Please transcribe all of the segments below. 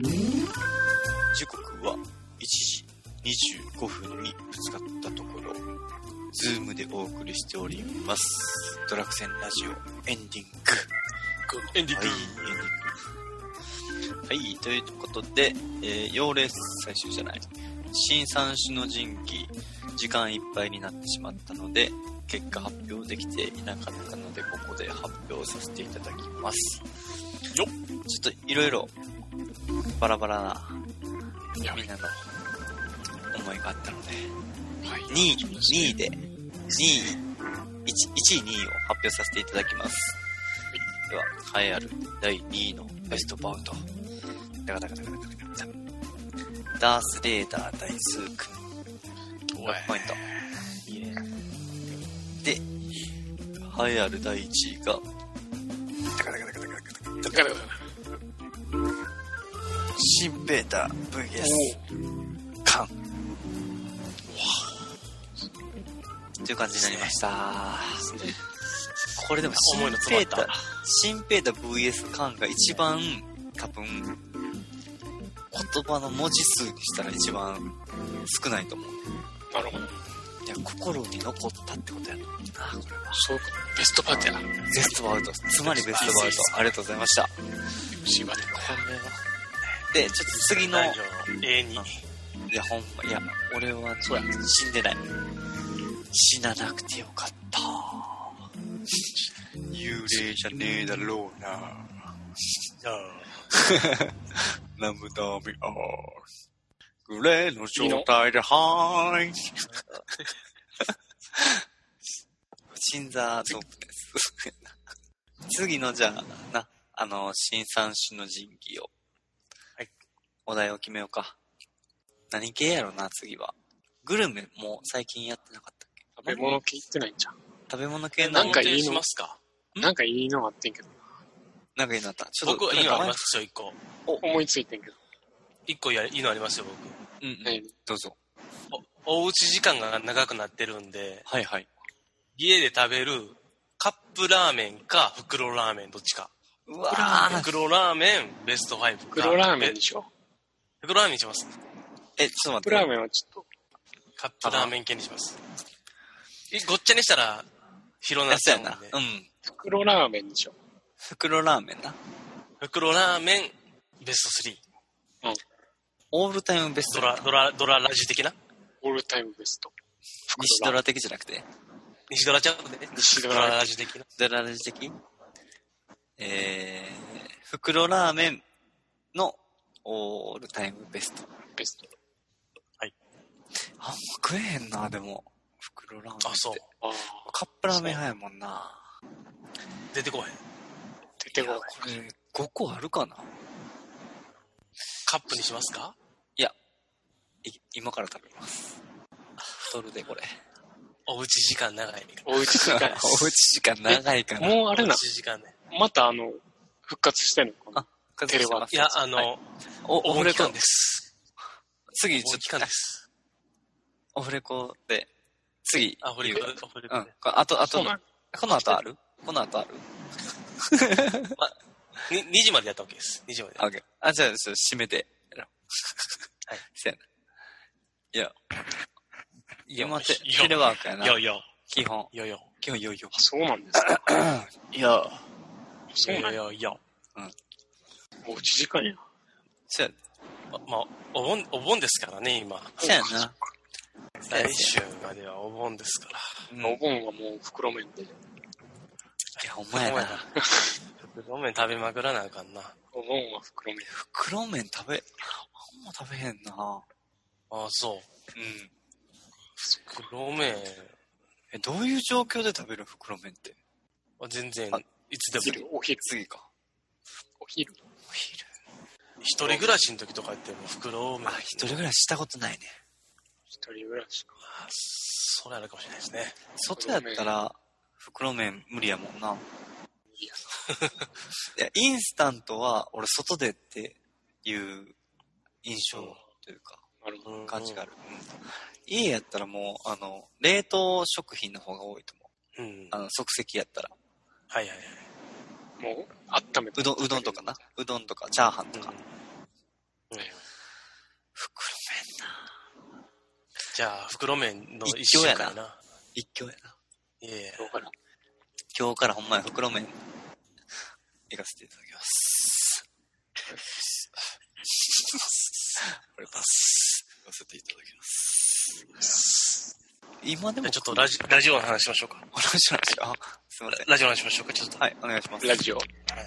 時刻は1時25分にぶつかったところ、ズームでお送りしております。ドラクセンラジオエンディング。 エンディング。 はい、ということで、妖霊最終じゃない。新三種の神器、時間いっぱいになってしまったので、結果発表できていなかったので、ここで発表させていただきます。 よっ。 ちょっといろいろバラバラなみんなの思いがあったので、 はい、 2位で、1位、2位を発表させていただきます。では、栄えある第2位のベストバウト。ダカダカダカダカダカダースレーダー大スーク。6ポイント。で、栄えある第1位が、ダカダカダカダカダカダカダカシンペーター VS カンという感じになりました。これでもシンペーター VS カンが一番多分言葉の文字数にしたら一番少ないと思う。 なるほど。 いや、心に残ったってことやな。これはそうか。ベストバウトやな。 ベストバウト。つまりベストバウト。ありがとうございました。 MC バトル。これは。 で、ちょっと次の。 A に。 いや、ほんま、いや、俺はそうや、死んでない。死ななくてよかった。幽霊じゃねえだろうな。ナムダミアー。グレーの状態ではーい。新座トークです。次のじゃあ、新三種の神器を。はい。お題を決めようか。何系やろな、次は。グルメも最近やってなかったっけ？ 食べ物系言ってないんじゃん。 食べ物系なんかいいのますか？なんかいいのあってんけどな。 なんかいいのあった。ちょっと僕いいのありますよ、一個。思いついてんけど。一個いいのありますよ、僕。 うん、どうぞ。 おうち時間が長くなってるんで、 はいはい。 家で食べるカップラーメンか袋ラーメンどっちか。 うわー。 袋ラーメンベスト5か。 袋ラーメンでしょ。 袋ラーメンにします。 ちょっと待って。 カップラーメンはちょっと。 カップラーメン系にします。ごっちゃにしたら広なっちゃうんで。 うん。 袋ラーメンでしょ。 袋ラーメンな。 袋ラーメンベスト3。 うん。 オールタイムベスト。 ドララジ的な？ オールタイムベスト。 西ドラ的じゃなくて。 西ドラちゃうね。西ドララジ的な。 ドララジ的？袋ラーメンのオールタイムベスト。 ベスト。 はい。 あんま食えへんな、でも。袋ラーメンって。 あ、そう。 カップラーメン派やもんな。 出てこへん。 出てこへん。 これ、5個あるかな？ カップにしますか？ いや、今から食べます。太るで、これ。 おうち時間長い。 おうち時間。 おうち時間長いかな。 もうあれな。 おうち時間ね。 また復活してんのかな？ テレワーク。 いや、 はいオフレコです。 次、ちょっと。 期間です。 オフレコで、次。 オフレコで。 うん。あと、この後ある？ まあ、2時までやったわけです。2時まで。 オッケー。じゃあ、締めて。はい。せやな。いや、テレワークやな。基本。基本、 そうなんですか。 いや。 そうなんや。 うん。 おうち時間や。 せや。まあ、お盆ですからね、今。 せやな。 来週まではお盆ですから。 お盆はもう袋麺で。 いや、ほんまやな。 袋麺食べまくらなあかんな。 お盆は袋麺。 袋麺あんま食べへんな。 ああ、そう。 うん。 袋麺。 どういう状況で食べる袋麺って？ 全然、いつでも。 お昼。 次か。 お昼。 一人暮らしの時とかっても袋麺。 一人暮らししたことないね。 一人暮らしか。 それあるかもしれないですね。 外やったら、袋麺無理やもんな。いや、インスタントは、俺外でっていう印象というか、感じがある。家やったらもう、冷凍食品の方が多いと思う。即席やったら。 はいはいはい。 もう、温めて。 うどんとかな。うどんとか、チャーハンとか。 じゃあ、袋麺の一週間やな。 一挙やな。 いえ。 今日からほんまに袋麺、行かせていただきます。これパス、行かせていただきます。今でも。 ちょっとラジオの話しましょうか。 ラジオの話、あ、すいません。 ラジオの話しましょうか、ちょっと。 はい、お願いします。 ラジオ。 はい。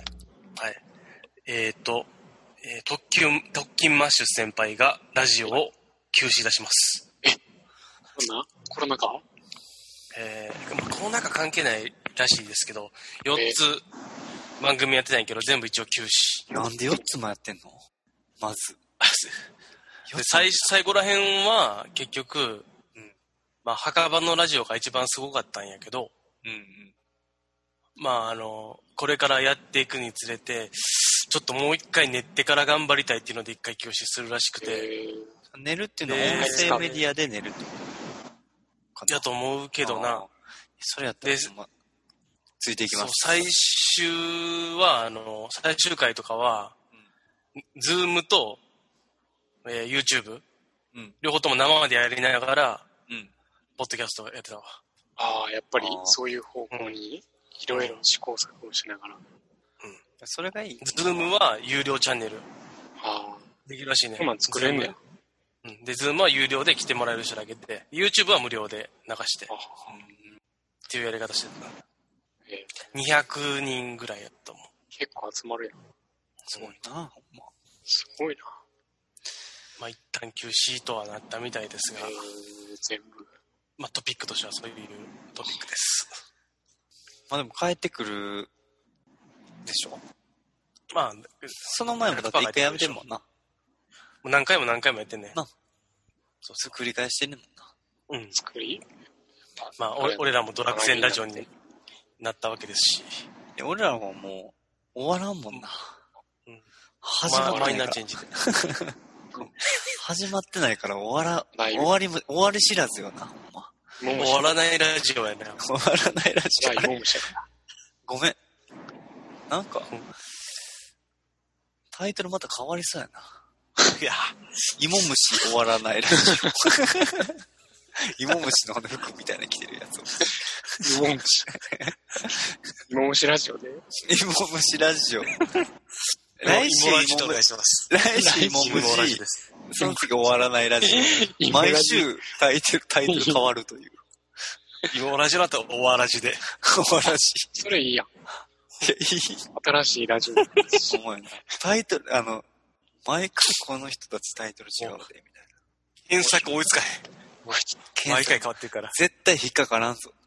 特勤マッシュ先輩がラジオを休止出します。 コロナ禍？ コロナ禍関係ないらしいですけど、4つ番組やってないけど全部一応休止。 なんで4つもやってんの？まず。 で最後らへんは結局、まあ墓場のラジオが一番すごかったんやけど、まあこれからやっていくにつれて、ちょっともう一回練ってから頑張りたいっていうので一回休止するらしくて。 寝るっていうのは音声メディアで寝るってことやと思うけどな。 それやったらついていきます。 最終は、最終回とかは、ズームと、YouTube、両方とも生でやりながら、ポッドキャストやってたわ。 ああ、やっぱりそういう方向にいろいろ試行錯誤しながら。 それがいい。 ズームは有料チャンネル。できるらしいね。 今作れんねや。 で、ズームは有料で来てもらえる人だけで、YouTube は無料で流して、っていうやり方してた。200人ぐらいやったもん。 結構集まるやん。 すごいな、ほんま。 すごいな。 まあ一旦休止とはなったみたいですが、 全部。 まあトピックとしてはそういうトピックです。 まあでも帰ってくるでしょ。 まあ、 その前もだって一回やめてるもんな。 もう何回もやってんねん。 そう繰り返してんねんもんな。 作り？ まあ俺らもドラクセンラジオになったわけですし。 俺らはもう終わらんもんな。 始まってないから。 始まってないから終わり知らずよな、ほんま。 終わらないラジオやな。 終わらないラジオ。ごめん。なんか、タイトルまた変わりそうやな。いや、芋虫終わらないラジオ。芋虫の服みたいな着てるやつ。 芋虫。芋虫ラジオで。 芋虫ラジオ。 来週芋虫。 来週芋虫。その次終わらないラジオ。毎週タイトル変わるという。 芋ラジオだと終わらじで。 終わらじ。 それいいやん。 いや、いい。 新しいラジオ。 お前な。タイトル、毎回この人たちタイトル違うで、みたいな。 検索追いつかへん。毎回変わってるから。 絶対引っかからんぞ。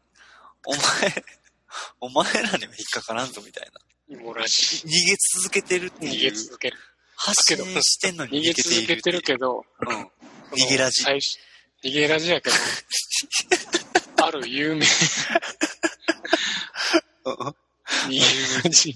お前らには引っかからんぞ、みたいな。 芋ラジ。 逃げ続けてるっていう。 逃げ続ける。 発信してんのに逃げ続けてるけど、 逃げラジ。 逃げラジやけど、ある有名、逃げラジ。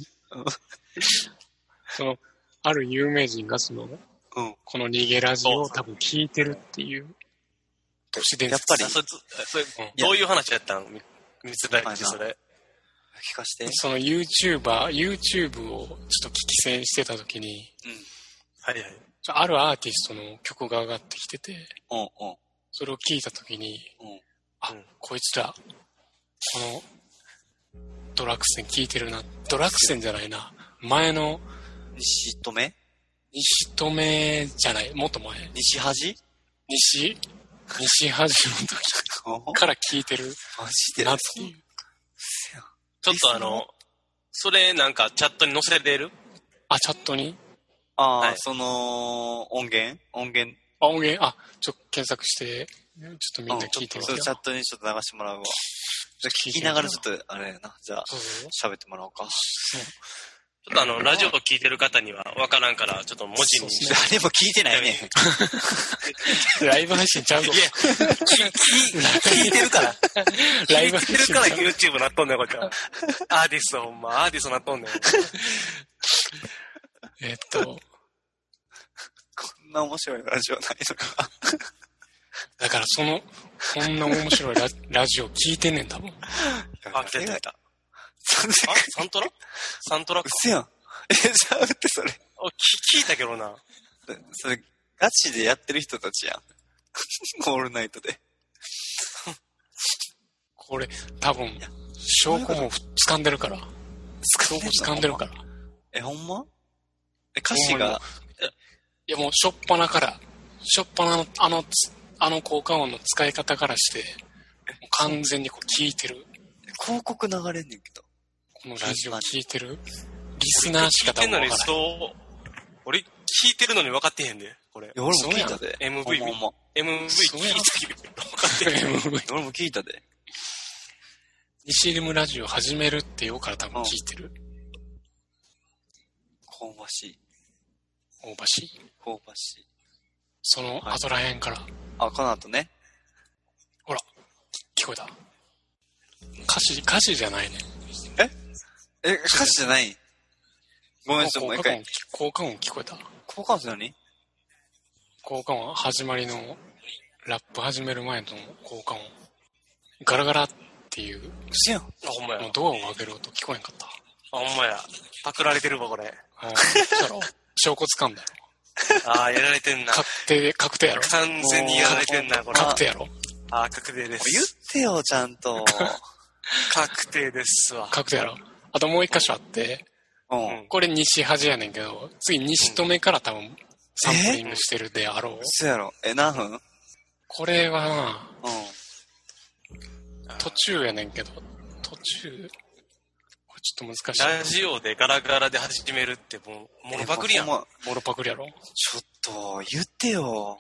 ある有名人がこの逃げラジを多分聞いてるっていう都市伝説。 やっぱり、それどういう話やったの？見つられてそれ。 聞かして。 その YouTube をちょっと聞き戦してた時に、 はいはい。 あるアーティストの曲が上がってきてて、それを聞いた時に、こいつら、このドラクセン聞いてるな。ドラクセンじゃないな。前の、 西留じゃない。もっと前。 西端西端の時から聞いてるなっていう。 ちょっとそれなんかチャットに載せれる？ チャットに？ その、音源、 検索して、ちょっとみんな聞いてみてよ。 チャットにちょっと流してもらうわ。じゃ聞きながらちょっと、あれやな。じゃあ、喋ってもらおうか。 ちょっとラジオを聞いてる方には分からんから、ちょっと文字に。 誰も聞いてないね。 ライブ配信ちゃうぞ。 いや、聞いてるから。ライブ配信。聞いてるから YouTube なっとんねん、こっちは。アーティスト、ほんま、アーティストなっとんねん。 こんな面白いラジオないのか。 だからこんな面白いラジオ聞いてんねん、多分。 来た。サントラか。 うせやん。ちゃうってそれ。 聞いたけどな。 それ、ガチでやってる人たちやん。 オールナイトで。 これ、多分、証拠も掴んでるから。証拠掴んでるから。 ほんま？歌詞が。 いやもう、しょっぱなの、あの効果音の使い方からして、もう完全にこう聞いてる。 広告流れんねんけど。 このラジオ聞いてるリスナーしか多分分からない。 俺聞いてるのに分かってへんで、これ。 いや、俺も聞いたで。 MV 聞いたけど分かってへん。 俺も聞いたで。 西リムラジオ始めるってよから多分聞いてる。 香ばしい。 香ばしい。 香ばしい。 その後らへんから。 あ、この後ね。 ほら、聞こえた。歌詞じゃないね。 歌詞じゃない？ごめん、もう一回。 効果音聞こえた。 効果音って何？ 効果音、始まりの、ラップ始める前の効果音。ガラガラっていう。 嘘やん。 あ、ほんまや。 もうドアを開ける音聞こえんかった。 あ、ほんまや。パクられてるわ、これ。 だろ。証拠掴んだよ。 ああ、やられてんな。 確定やろ。 完全にやられてんな、これ。 確定やろ。 ああ、確定です。 言ってよ、ちゃんと。 確定ですわ。 確定やろ。あともう一箇所あって、これ西端やねんけど、次西止めから多分サンプリングしてるであろう。 そうやろ。何分？ これはな、途中やねんけど、これちょっと難しい。 ラジオでガラガラで始めるってもう、モロパクリやん。モロパクリやろ。 ちょっと、言ってよ。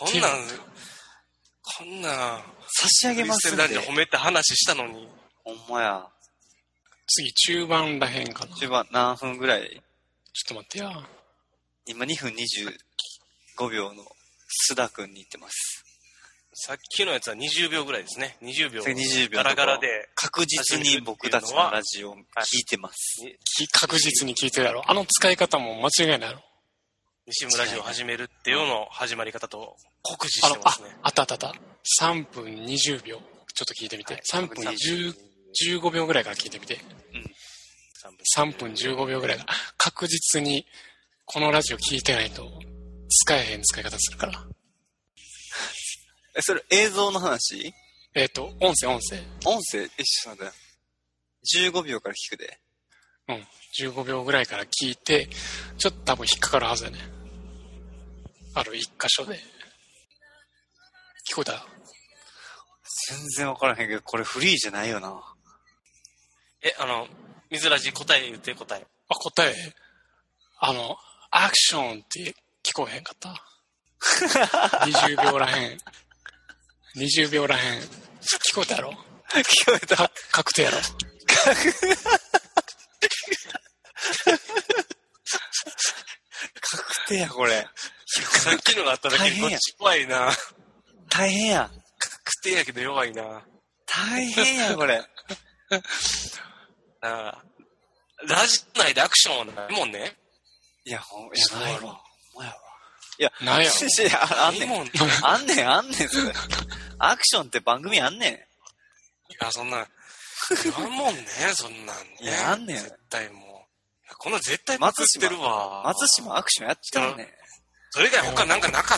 こんなん、 差し上げますんで。 クリステルダンジョン褒めて話したのに。 ほんまや。 次、中盤らへんかな。 中盤何分ぐらい？ ちょっと待ってや。 今2分25秒の須田くんに言ってます。 さっきのやつは20秒ぐらいですね。20秒。 20秒。 ガラガラで。 確実に僕たちのラジオを聞いてます。 確実に聞いてるやろ。あの使い方も間違いないやろ。 西村ラジオを始めるっていうの始まり方と酷似してますね。 あった。3分20秒。ちょっと聞いてみて。3分15秒ぐらいから聞いてみて。3分15秒ぐらいが。確実にこのラジオ聞いてないと使えへん使い方するから。 それ映像の話？ 音声。 音声？一緒なんだよ。15秒から聞くで。 15秒ぐらいから聞いて、ちょっと多分引っかかるはずやね。ある一箇所で。聞こえた？ 全然わからへんけど、これフリーじゃないよな。 水ラジ答え言って答え。 あ、答え？アクションって聞こえへんかった？20秒らへん。聞こえたやろ？ 聞こえた。 確定やろ？ 確定や、これ。 さっきのがあっただけこっち怖いな。 大変や。 確定やけど弱いな。 大変や、これ。 ラジオ内でアクションはないもんね。 いや、ないわ。いや、 ないや。 あんねん、それ。アクションって番組あんねん。いや、そんな、あんもんね、そんなんね。 いや、あんねん。 絶対もう。こんな絶対パクってるわ。 松島アクションやってたねん。 それ以外他なんかなかった？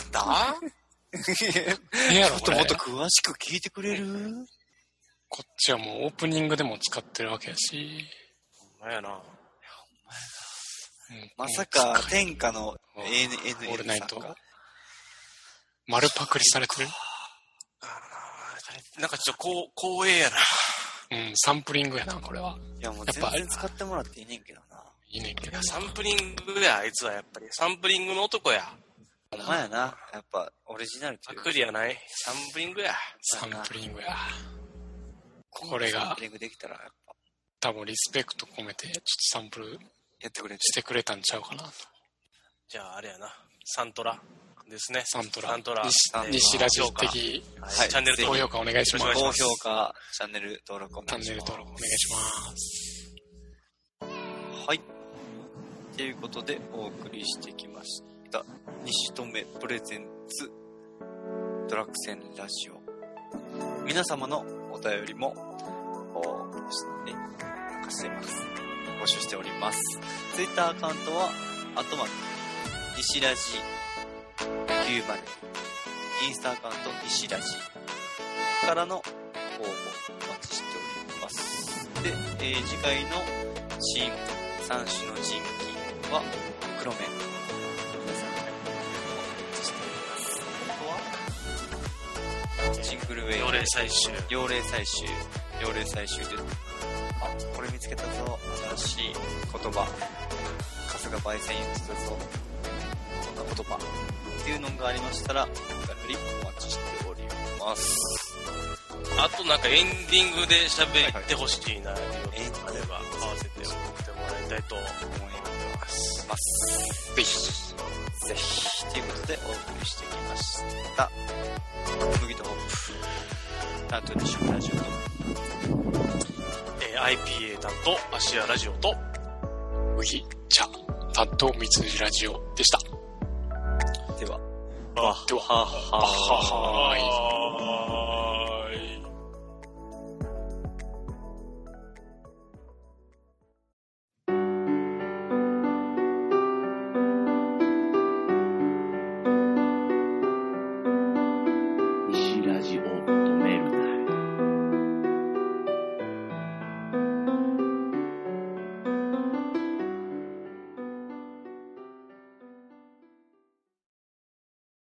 もっと詳しく聞いてくれる？ こっちはもうオープニングでも使ってるわけやし。 ほんまやな。 まさか天下の ANN オールナイト丸パクリされてる？ なんかちょっと光栄やな。 サンプリングやな、これは。 いや、もう全然使ってもらっていいねんけどな。 いいねんけど。 サンプリングや、あいつはやっぱり。サンプリングの男や。 ほんまやな。やっぱ、オリジナルっていう。 パクリやない。サンプリングや。 サンプリングや。これが、 サンプリングできたら、やっぱ。 多分リスペクト込めて、ちょっとサンプルやってくれてしてくれたんちゃうかなと。 じゃあ、あれやな。サントラですね。 サントラ。 西ラジオ的、チャンネル高評価お願いします。 高評価、チャンネル登録お願いします。 チャンネル登録お願いします。 はい。ということで、お送りしてきました。西留プレゼンツドラッグセンラジオ。皆様のお便りも、募集しております。ツイッターアカウントは、西ラジ909 インスタアカウント西ラジからの応募お待ちしております。で、次回のチーム三種の神器は黒目、皆さんお待ちしております。あとはジングルウェイ、 妖霊採集で、これ見つけたぞ、新しい言葉、春日焙煎言ってたぞ、こんな言葉っていうのがありましたら、お便りお待ちしております。 あとなんかエンディングで喋ってほしいな、あれば合わせて送ってもらいたいと思います。 ぜひということでお送りしてきました。麦とホップ担当西村ラジオと、 IPA 担当芦屋ラジオと、 麦茶担当三辻ラジオでした。 では、 はははは。